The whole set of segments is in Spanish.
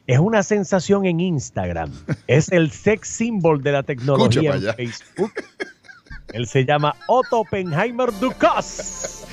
es una sensación en Instagram. Es el sex symbol de la tecnología en Facebook. Él se llama Otto Oppenheimer Dukas.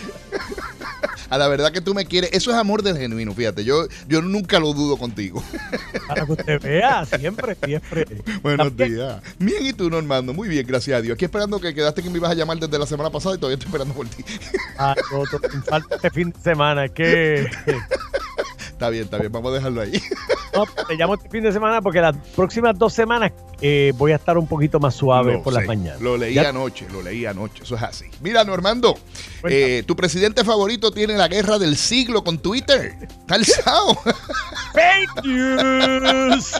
A la verdad que tú me quieres. Eso es amor del genuino, fíjate. Yo nunca lo dudo contigo. Para que usted vea, siempre. Buenos días. Bien, ¿y tú, Normando? Muy bien, gracias a Dios. Aquí esperando que quedaste que me ibas a llamar desde la semana pasada y todavía estoy esperando por ti. Otto, falta este fin de semana. Es que... Está bien, vamos a dejarlo ahí. No, te llamo este fin de semana porque las próximas 2 semanas voy a estar un poquito más suave por las mañanas. Lo leí anoche, eso es así. Mira, Normando, tu presidente favorito tiene la guerra del siglo con Twitter. Está alzado. Fake news.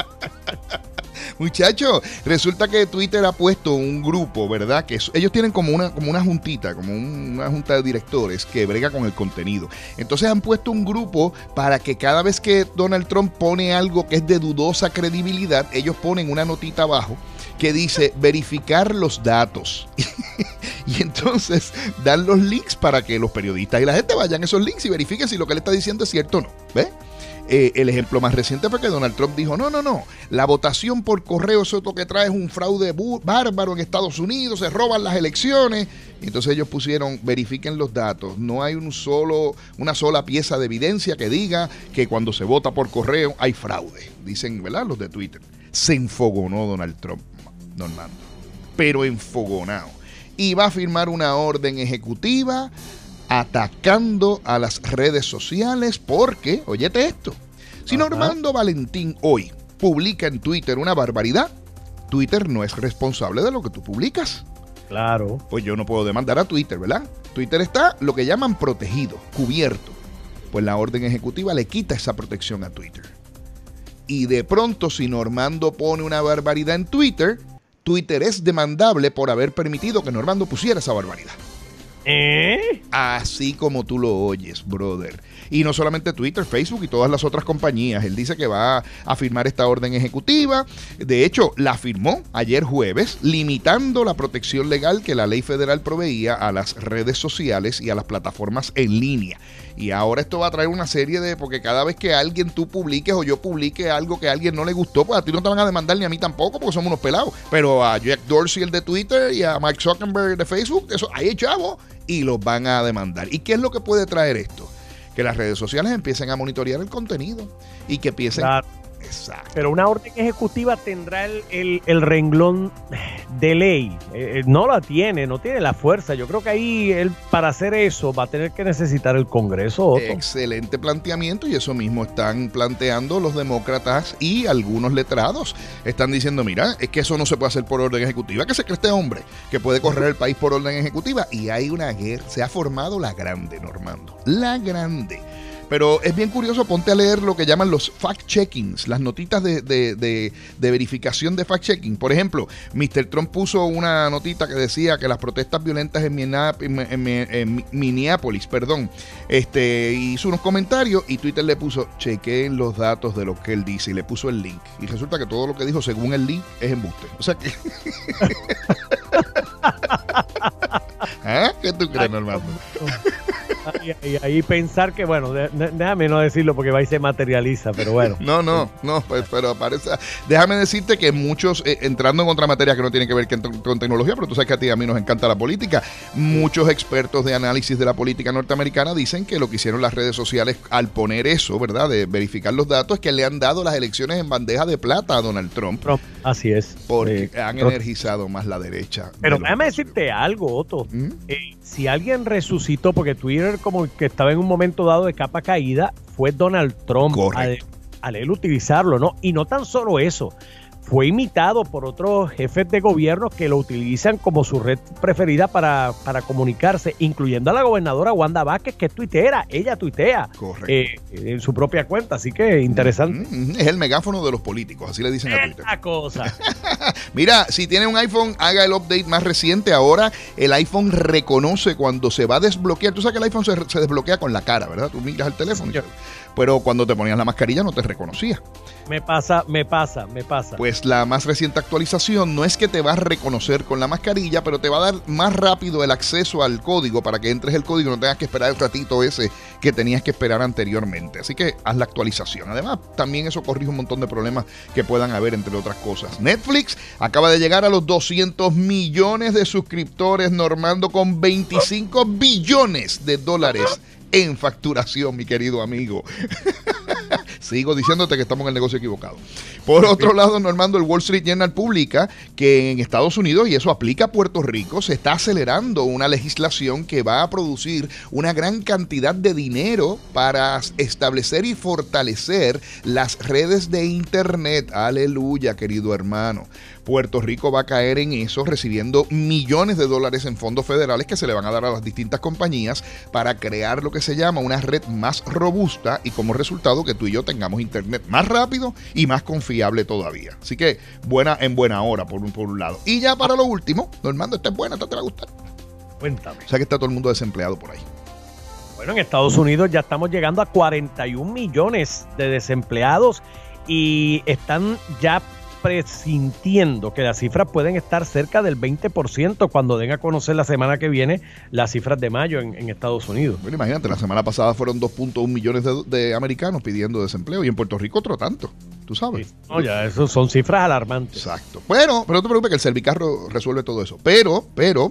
Muchachos, resulta que Twitter ha puesto un grupo, ¿verdad? Que ellos tienen como una juntita, como una junta de directores que brega con el contenido. Entonces han puesto un grupo para que cada vez que Donald Trump pone algo que es de dudosa credibilidad, ellos ponen una notita abajo que dice verificar los datos. Y entonces dan los links para que los periodistas y la gente vayan a esos links y verifiquen si lo que él está diciendo es cierto o no. ¿Ves? El ejemplo más reciente fue que Donald Trump dijo, no, la votación por correo, eso que trae es un fraude bárbaro en Estados Unidos, se roban las elecciones. Y entonces ellos pusieron, verifiquen los datos, no hay una sola pieza de evidencia que diga que cuando se vota por correo hay fraude, dicen, ¿verdad? Los de Twitter. Se enfogonó Donald Trump, Normando, pero enfogonado. Y va a firmar una orden ejecutiva atacando a las redes sociales porque, óyete esto, si Normando Valentín hoy publica en Twitter una barbaridad, Twitter no es responsable de lo que tú publicas. Claro. Pues yo no puedo demandar a Twitter, ¿verdad? Twitter está lo que llaman protegido, cubierto. Pues la orden ejecutiva le quita esa protección a Twitter. Y de pronto, si Normando pone una barbaridad en Twitter, Twitter es demandable por haber permitido que Normando pusiera esa barbaridad. Así como tú lo oyes, brother. Y no solamente Twitter, Facebook y todas las otras compañías. Él dice que va a firmar esta orden ejecutiva. De hecho, la firmó ayer jueves, limitando la protección legal que la ley federal proveía a las redes sociales y a las plataformas en línea. Y ahora esto va a traer una serie de... Porque cada vez que tú publiques o yo publique algo que a alguien no le gustó, pues a ti no te van a demandar ni a mí tampoco porque somos unos pelados. Pero a Jack Dorsey, el de Twitter, y a Mark Zuckerberg de Facebook, eso ahí chavos, y los van a demandar. ¿Y qué es lo que puede traer esto? Que las redes sociales empiecen a monitorear el contenido y que empiecen... Claro. Exacto. Pero una orden ejecutiva tendrá el renglón de ley. No la tiene, no tiene la fuerza. Yo creo que ahí él, para hacer eso, va a tener que necesitar el Congreso. Otto. Excelente planteamiento, y eso mismo están planteando los demócratas y algunos letrados. Están diciendo, mira, es que eso no se puede hacer por orden ejecutiva. ¿Qué se cree este hombre que puede correr el país por orden ejecutiva? Y hay una guerra. Se ha formado la grande, Normando. La grande. Pero es bien curioso, ponte a leer lo que llaman los fact-checkings, las notitas de verificación de fact-checking. Por ejemplo, Mr. Trump puso una notita que decía que las protestas violentas en Minneapolis, hizo unos comentarios y Twitter le puso, chequeen los datos de lo que él dice, y le puso el link. Y resulta que todo lo que dijo según el link es embuste. O sea que... ¿Ah? ¿Qué tú crees, Normando? Ahí pensar que, bueno, déjame no decirlo porque va y se materializa, pero bueno. No, pues, pero aparece. Déjame decirte que muchos, entrando en otra materia que no tiene que ver con tecnología, pero tú sabes que a ti y a mí nos encanta la política, muchos expertos de análisis de la política norteamericana dicen que lo que hicieron las redes sociales al poner eso, ¿verdad?, de verificar los datos, es que le han dado las elecciones en bandeja de plata a Donald Trump. Así es. Porque han energizado más la derecha. Pero déjame decirte algo, Otto. Si alguien resucitó, porque Twitter como que estaba en un momento dado de capa caída, fue Donald Trump al él utilizarlo, ¿no? Y no tan solo eso, fue imitado por otros jefes de gobierno que lo utilizan como su red preferida para comunicarse, incluyendo a la gobernadora Wanda Vázquez, que es tuitera, ella tuitea en su propia cuenta, así que interesante. Es el megáfono de los políticos, así le dicen a Twitter. Esta cosa. Mira, si tiene un iPhone, haga el update más reciente. Ahora el iPhone reconoce cuando se va a desbloquear. Tú sabes que el iPhone se desbloquea con la cara, ¿verdad? Tú miras el teléfono. pero cuando te ponías la mascarilla no te reconocía. Me pasa. Pues la más reciente actualización no es que te va a reconocer con la mascarilla, pero te va a dar más rápido el acceso al código para que entres el código y no tengas que esperar el ratito ese que tenías que esperar anteriormente. Así que haz la actualización. Además, también eso corrige un montón de problemas que puedan haber, entre otras cosas. Netflix acaba de llegar a los 200 millones de suscriptores, Normando, con 25 billones de dólares en facturación, mi querido amigo. Sigo diciéndote que estamos en el negocio equivocado. Por otro lado, Normando, el Wall Street Journal publica que en Estados Unidos, y eso aplica a Puerto Rico, se está acelerando una legislación que va a producir una gran cantidad de dinero para establecer y fortalecer las redes de Internet. Aleluya, querido hermano. Puerto Rico va a caer en eso, recibiendo millones de dólares en fondos federales que se le van a dar a las distintas compañías para crear lo que se llama una red más robusta y como resultado que tú y yo tengamos internet más rápido y más confiable todavía. Así que en buena hora por un lado. Y ya para lo último, Normando, esta es buena, esta te va a gustar. Cuéntame. O sea que está todo el mundo desempleado por ahí. Bueno, en Estados Unidos ya estamos llegando a 41 millones de desempleados y están ya presintiendo que las cifras pueden estar cerca del 20% cuando den a conocer la semana que viene las cifras de mayo en Estados Unidos. Bueno, imagínate, la semana pasada fueron 2.1 millones de americanos pidiendo desempleo y en Puerto Rico otro tanto, tú sabes. Sí. No, ya eso son cifras alarmantes. Exacto. Bueno, pero no te preocupes que el Servicarro resuelve todo eso. Pero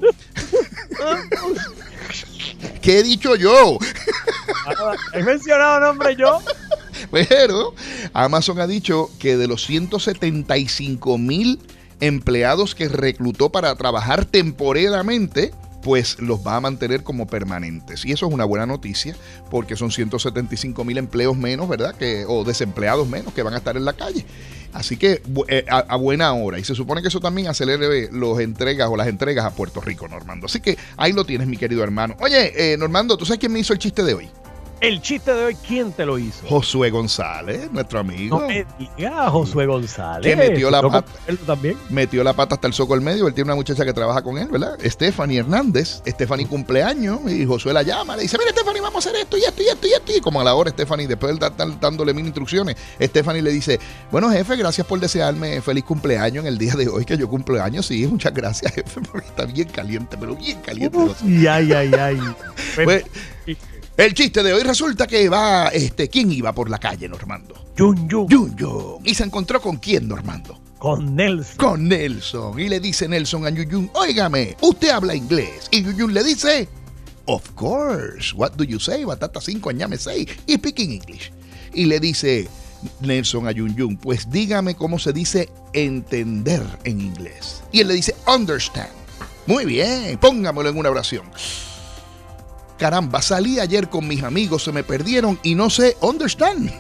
¿qué he dicho yo? ¿He mencionado nombre yo? Pero Amazon ha dicho que de los 175,000 empleados que reclutó para trabajar temporalmente, pues los va a mantener como permanentes. Y eso es una buena noticia porque son 175,000 empleos menos, ¿verdad? O desempleados menos que van a estar en la calle. Así que a buena hora. Y se supone que eso también acelere las entregas a Puerto Rico, Normando. Así que ahí lo tienes, mi querido hermano. Oye, Normando, ¿tú sabes quién me hizo el chiste de hoy? El chiste de hoy, ¿quién te lo hizo? Josué González, nuestro amigo. No me digas, Josué González. Que metió la pata. Él también. Metió la pata hasta el soco al medio. Él tiene una muchacha que trabaja con él, ¿verdad? Stephanie Hernández. Stephanie cumpleaños y Josué la llama. Le dice, mira, Stephanie, vamos a hacer esto y esto y esto y esto. Y como a la hora, Stephanie, después de estar dándole mil instrucciones, Stephanie le dice, bueno, jefe, gracias por desearme feliz cumpleaños en el día de hoy, que yo cumplo años. Sí, muchas gracias, jefe, porque está bien caliente, pero bien caliente. Ay. Pues, el chiste de hoy resulta que va, ¿quién iba por la calle, Normando? Yun. ¿Y se encontró con quién, Normando? Con Nelson. Con Nelson. Y le dice Nelson a Yun, óigame, usted habla inglés. Y Yun le dice, of course, what do you say? Batata 5, añame 6. Y speaking English. Y le dice Nelson a Yun, pues dígame cómo se dice entender en inglés. Y él le dice, understand. Muy bien, póngamelo en una oración. Caramba, salí ayer con mis amigos, se me perdieron y no sé, understand.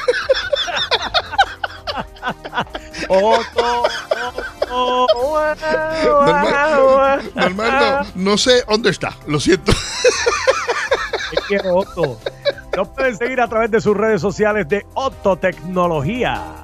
Normando, no sé dónde está, lo siento. Te quiero, Otto. Nos pueden seguir a través de sus redes sociales de Otto Tecnología.